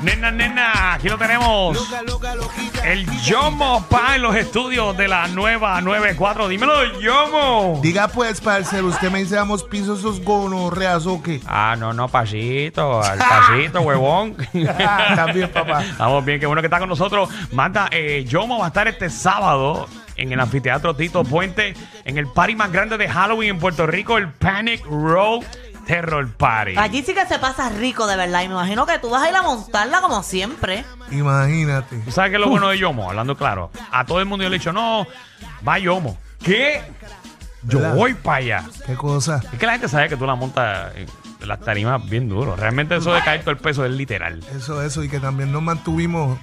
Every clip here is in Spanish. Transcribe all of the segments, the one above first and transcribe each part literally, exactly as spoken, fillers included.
Nena, nena, aquí lo tenemos. El Yomo Pa en los estudios de la nueva noventa y cuatro. Dímelo, Yomo. Diga pues, parcero, usted me dice damos pisos esos gonorreas o qué. Ah, no, no, pasito, al pasito, huevón. También, papá. Estamos bien, qué bueno que está con nosotros. Manda, eh, Yomo va a estar este sábado en el anfiteatro Tito Puente, en el party más grande de Halloween en Puerto Rico, el Panic Row Terror Party. Allí sí que se pasa rico, de verdad. Y me imagino que tú vas a ir a montarla como siempre. Imagínate. ¿Tú sabes qué es lo bueno de Yomo? Hablando claro. A todo el mundo yo le he dicho, no, va Yomo. ¿Qué? Yo ¿Verdad? voy para allá. Qué cosa. Es que la gente sabe que tú la montas en las tarimas bien duro. Realmente eso de caer todo el peso es literal. Eso, eso. Y que también nos mantuvimos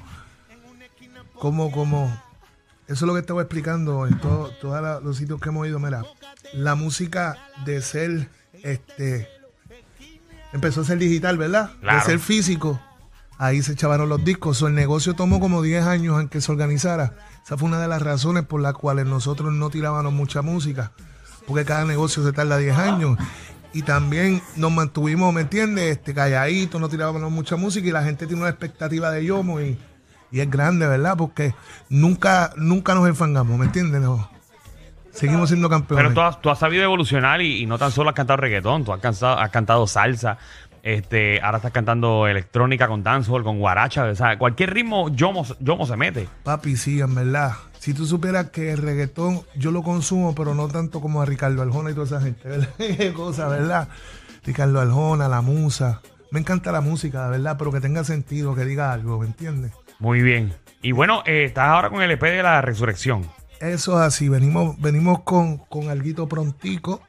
como, como... Eso es lo que te voy explicando en todo- todos la- los sitios que hemos ido. Mira, la música de ser, este, empezó a ser digital, ¿verdad? Claro. De ser físico. Ahí se echaban los discos. O el negocio tomó como diez años en que se organizara. Esa fue una de las razones por las cuales nosotros no tirábamos mucha música. Porque cada negocio se tarda diez años. Y también nos mantuvimos, ¿me entiendes? Este, calladitos, no tirábamos mucha música y la gente tiene una expectativa de Yomo y, y es grande, ¿verdad? Porque nunca, nunca nos enfangamos, ¿me entiendes? No. Seguimos siendo campeones. Pero tú has, tú has sabido evolucionar y, y no tan solo has cantado reggaetón, tú has, cansado, has cantado salsa, este, ahora estás cantando electrónica con dancehall, con guaracha, o sea, cualquier ritmo Yomo, Yomo se mete. Papi, sí, en verdad. Si tú supieras que el reggaetón yo lo consumo, pero no tanto como a Ricardo Arjona y toda esa gente, ¿verdad? Qué cosa, ¿verdad? Ricardo Arjona, la musa. Me encanta la música, de verdad, pero que tenga sentido, que diga algo, ¿me entiendes? Muy bien. Y bueno, eh, estás ahora con el E P de la Resurrección. Eso es así, venimos, venimos con, con alguito prontico,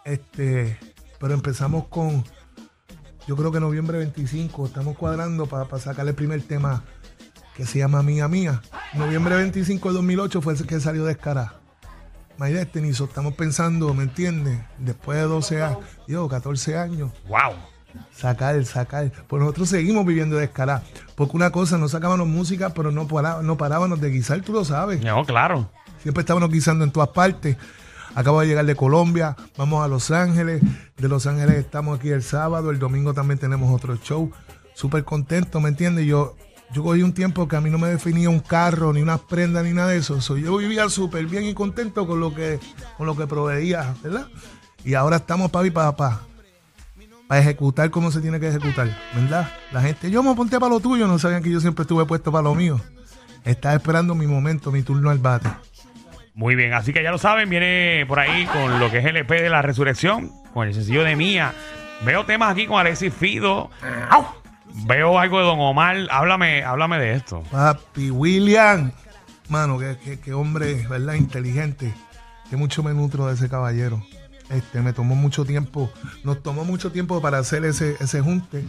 este, pero empezamos con, yo creo que noviembre veinticinco, estamos cuadrando para sacar el primer tema que se llama Mía Mía. Noviembre veinticinco de dos mil ocho fue el que salió Descarada. My Destiny, so estamos pensando, ¿me entiendes? Después de doce años, yo, catorce años, ¡Wow! sacar, sacar. Pues nosotros seguimos viviendo Descarada, porque una cosa, no sacábamos música, pero no, pará- no parábamos de guisar, tú lo sabes. No, claro. Siempre estábamos guisando en todas partes. Acabo de llegar de Colombia, vamos a Los Ángeles. De Los Ángeles estamos aquí el sábado, el domingo también tenemos otro show. Súper contento, ¿me entiendes? Yo, yo cogí un tiempo que a mí no me definía un carro, ni unas prendas, ni nada de eso. So, yo vivía súper bien y contento con lo que, con lo que proveía, ¿verdad? Y ahora estamos para para para para ejecutar como se tiene que ejecutar, ¿verdad? La gente, yo me ponte para lo tuyo, no sabían que yo siempre estuve puesto para lo mío. Estaba esperando mi momento, mi turno al bate. Muy bien, así que ya lo saben, viene por ahí con lo que es el E P de la Resurrección, con el sencillo de Mía. Veo temas aquí con Alexis Fido. ¡Au! Veo algo de Don Omar. Háblame, háblame de esto. Papi William, mano, qué, qué, qué hombre, ¿verdad? Inteligente. Que mucho me nutro de ese caballero. Este, me tomó mucho tiempo, nos tomó mucho tiempo para hacer ese, ese junte,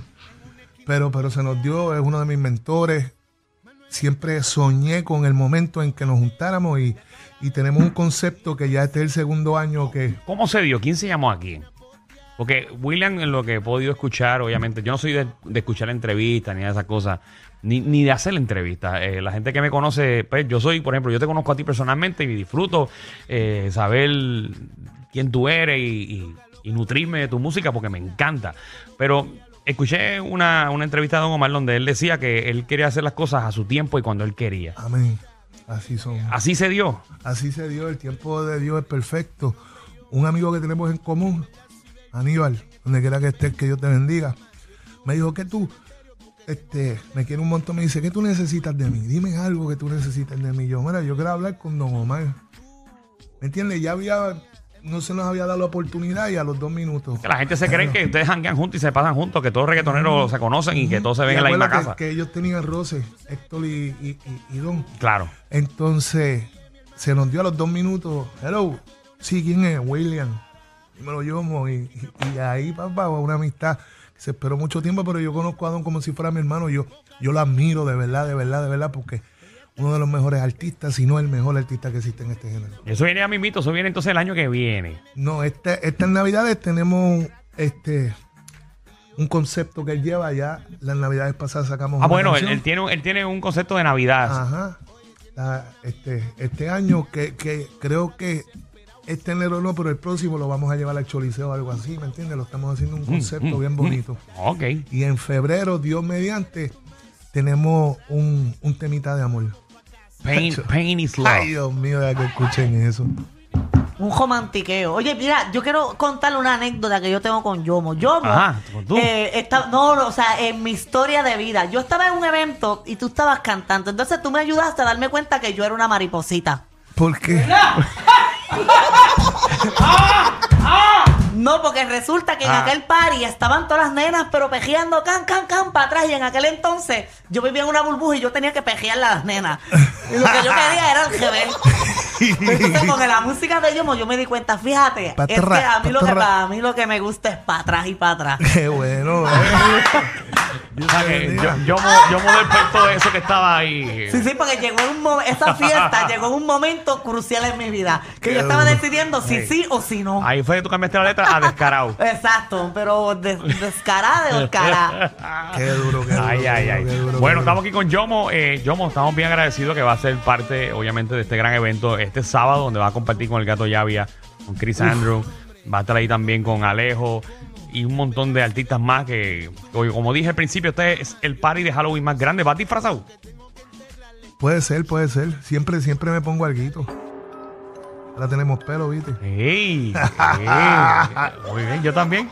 pero, pero se nos dio, es uno de mis mentores. Siempre soñé con el momento en que nos juntáramos y, y tenemos un concepto que ya este es el segundo año que... ¿Cómo se dio? ¿Quién se llamó a quién? Porque William, en lo que he podido escuchar, obviamente, yo no soy de, de escuchar entrevistas ni de esas cosas, ni, ni de hacer entrevistas. Eh, la gente que me conoce, pues yo soy, por ejemplo, yo te conozco a ti personalmente y disfruto eh, saber quién tú eres y, y, y nutrirme de tu música porque me encanta. Pero escuché una, una entrevista de Don Omar donde él decía que él quería hacer las cosas a su tiempo y cuando él quería. Amén. Así son. Así se dio. Así se dio, el tiempo de Dios es perfecto. Un amigo que tenemos en común, Aníbal, donde quiera que estés, que Dios te bendiga, me dijo que tú, este, me quiere un montón, me dice, ¿qué tú necesitas de mí? Dime algo que tú necesitas de mí. Yo, mira, yo quiero hablar con Don Omar. ¿Me entiendes? Ya había, no se nos había dado la oportunidad y a los dos minutos. Que la gente se cree que ustedes janguean juntos y se pasan juntos, que todos los reggaetoneros se conocen y que todos se ven Y en la misma acuérdate casa. Que ellos tenían roce, Héctor y, y, y, y Don. Claro. Entonces, se nos dio a los dos minutos, hello, sí, ¿quién es? William. Y me lo llevo y, y, y ahí, papá, una amistad que se esperó mucho tiempo, pero yo conozco a Don como si fuera mi hermano. Yo, yo lo admiro de verdad, de verdad, de verdad, porque uno de los mejores artistas, si no el mejor artista que existe en este género. Eso viene a mi mito, eso viene entonces el año que viene. No, este, estas navidades tenemos este un concepto que él lleva ya. Las navidades pasadas sacamos Ah, una bueno, él, canción. él tiene, un- él tiene un concepto de Navidad. Ajá. La- este, este año que, que creo que este enero no, pero el próximo lo vamos a llevar al Choliseo o algo así, ¿me entiendes? Lo estamos haciendo un concepto mm, bien mm. bonito. Ok. Y en febrero, Dios mediante, tenemos un, un temita de amor. Pain, pain is love. Ay, Dios mío, ya que escuchen eso. Un romantiqueo. Oye, mira, yo quiero contarle una anécdota que yo tengo con Yomo. Yomo, Ajá, ¿con tú? eh, está- no, no, o sea, en mi historia de vida. Yo estaba en un evento y tú estabas cantando. Entonces tú me ayudaste a darme cuenta que yo era una mariposita. ¿Por qué? No, porque resulta que en Ah. aquel party estaban todas las nenas, pero pejeando can, can, can para atrás. Y en aquel entonces yo vivía en una burbuja y yo tenía que pejearle a las nenas. Y lo que yo quería era el revés. Entonces con la música de Yomo yo me di cuenta, fíjate, Pa' es que atrás, a mí, pa' lo que, atrás. a mí lo que me gusta es para atrás y para atrás. Qué bueno. eh. O sea, que yo, yo, mo- yo mo despertó de eso que estaba ahí. Sí, sí, porque llegó un mo- esa fiesta llegó en un momento crucial en mi vida. Que yo estaba decidiendo si Sí. sí o si no. Ahí fue que tú cambiaste la letra a descarado. Exacto, pero de- descarada de descarada. Qué duro, qué duro. Ay, qué ay, duro, ay. qué duro, Bueno, qué duro. estamos aquí con Yomo. Eh, Yomo, estamos bien agradecidos que va a ser parte, obviamente, de este gran evento este sábado, donde va a compartir con el Gato Yavia, con Chris Andrew. Va a estar ahí también con Alejo y un montón de artistas más que, oye, como dije al principio, este es el party de Halloween más grande. ¿Vas disfrazado? Puede ser, puede ser. Siempre, siempre me pongo alguito. Ahora tenemos pelo, ¿viste? ¡Ey! ¡Ey! Muy bien, yo también.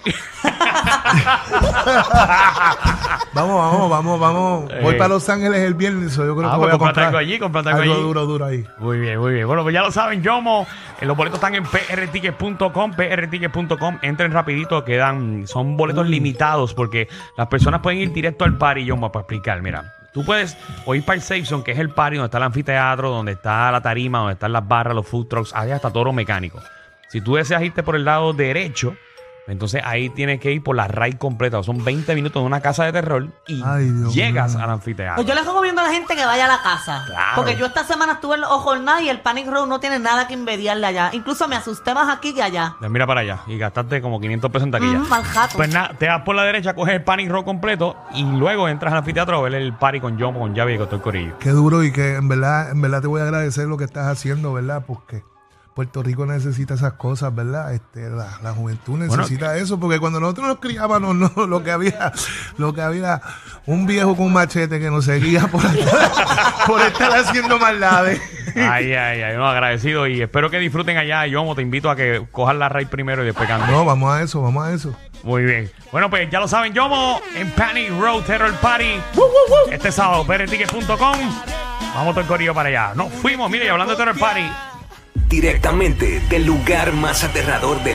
Vamos, vamos, vamos, vamos. Voy Eh. para Los Ángeles el viernes. Yo creo Ah, que pues voy a cómprate comprar algo allí, cómprate algo algo allí. duro, duro ahí. Muy bien, muy bien. Bueno, pues ya lo saben, Yomo. eh, Los boletos están en p r tickets punto com, p r tickets punto com. Entren rapidito, quedan, son boletos limitados porque las personas pueden ir directo al party, Yomo, para explicar. Mira, tú puedes o ir para el Safe Zone, que es el party donde está el anfiteatro, donde está la tarima, donde están las barras, los food trucks, allá hasta toro mecánico. Si tú deseas irte por el lado derecho, entonces ahí tienes que ir por la ride completa. Son veinte minutos en una casa de terror y Ay, Dios llegas mío. al anfiteatro. Pues yo les recomiendo a la gente que vaya a la casa. Claro. Porque yo esta semana estuve en Ojo Nada y el Panic Row no tiene nada que envidiarle allá. Incluso me asusté más aquí que allá. Ya mira para allá y gastaste como quinientos pesos en taquilla. Mm, mal jato. Pues nada, te vas por la derecha, coges el Panic Row completo y luego entras al anfiteatro a ver el party con Yomo, con Javi y con todo el corillo. Qué duro y que en verdad, en verdad te voy a agradecer lo que estás haciendo, ¿verdad? Porque Puerto Rico necesita esas cosas, ¿verdad? Este, la, la juventud necesita eso, porque cuando nosotros nos criábamos, no, lo que había, lo que había, un viejo con un machete que nos seguía por estar, por estar haciendo maldades. Ay, ay, ay, no, agradecido y espero que disfruten allá. Yomo, te invito a que cojas la raid primero y después cantes. No, vamos a eso, vamos a eso. Muy bien. Bueno, pues ya lo saben, Yomo en Panic Row Terror Party. Este sábado, p r tickets punto com. Vamos todo el corillo para allá. Nos fuimos, mire, y hablando de Terror Party. Directamente del lugar más aterrador de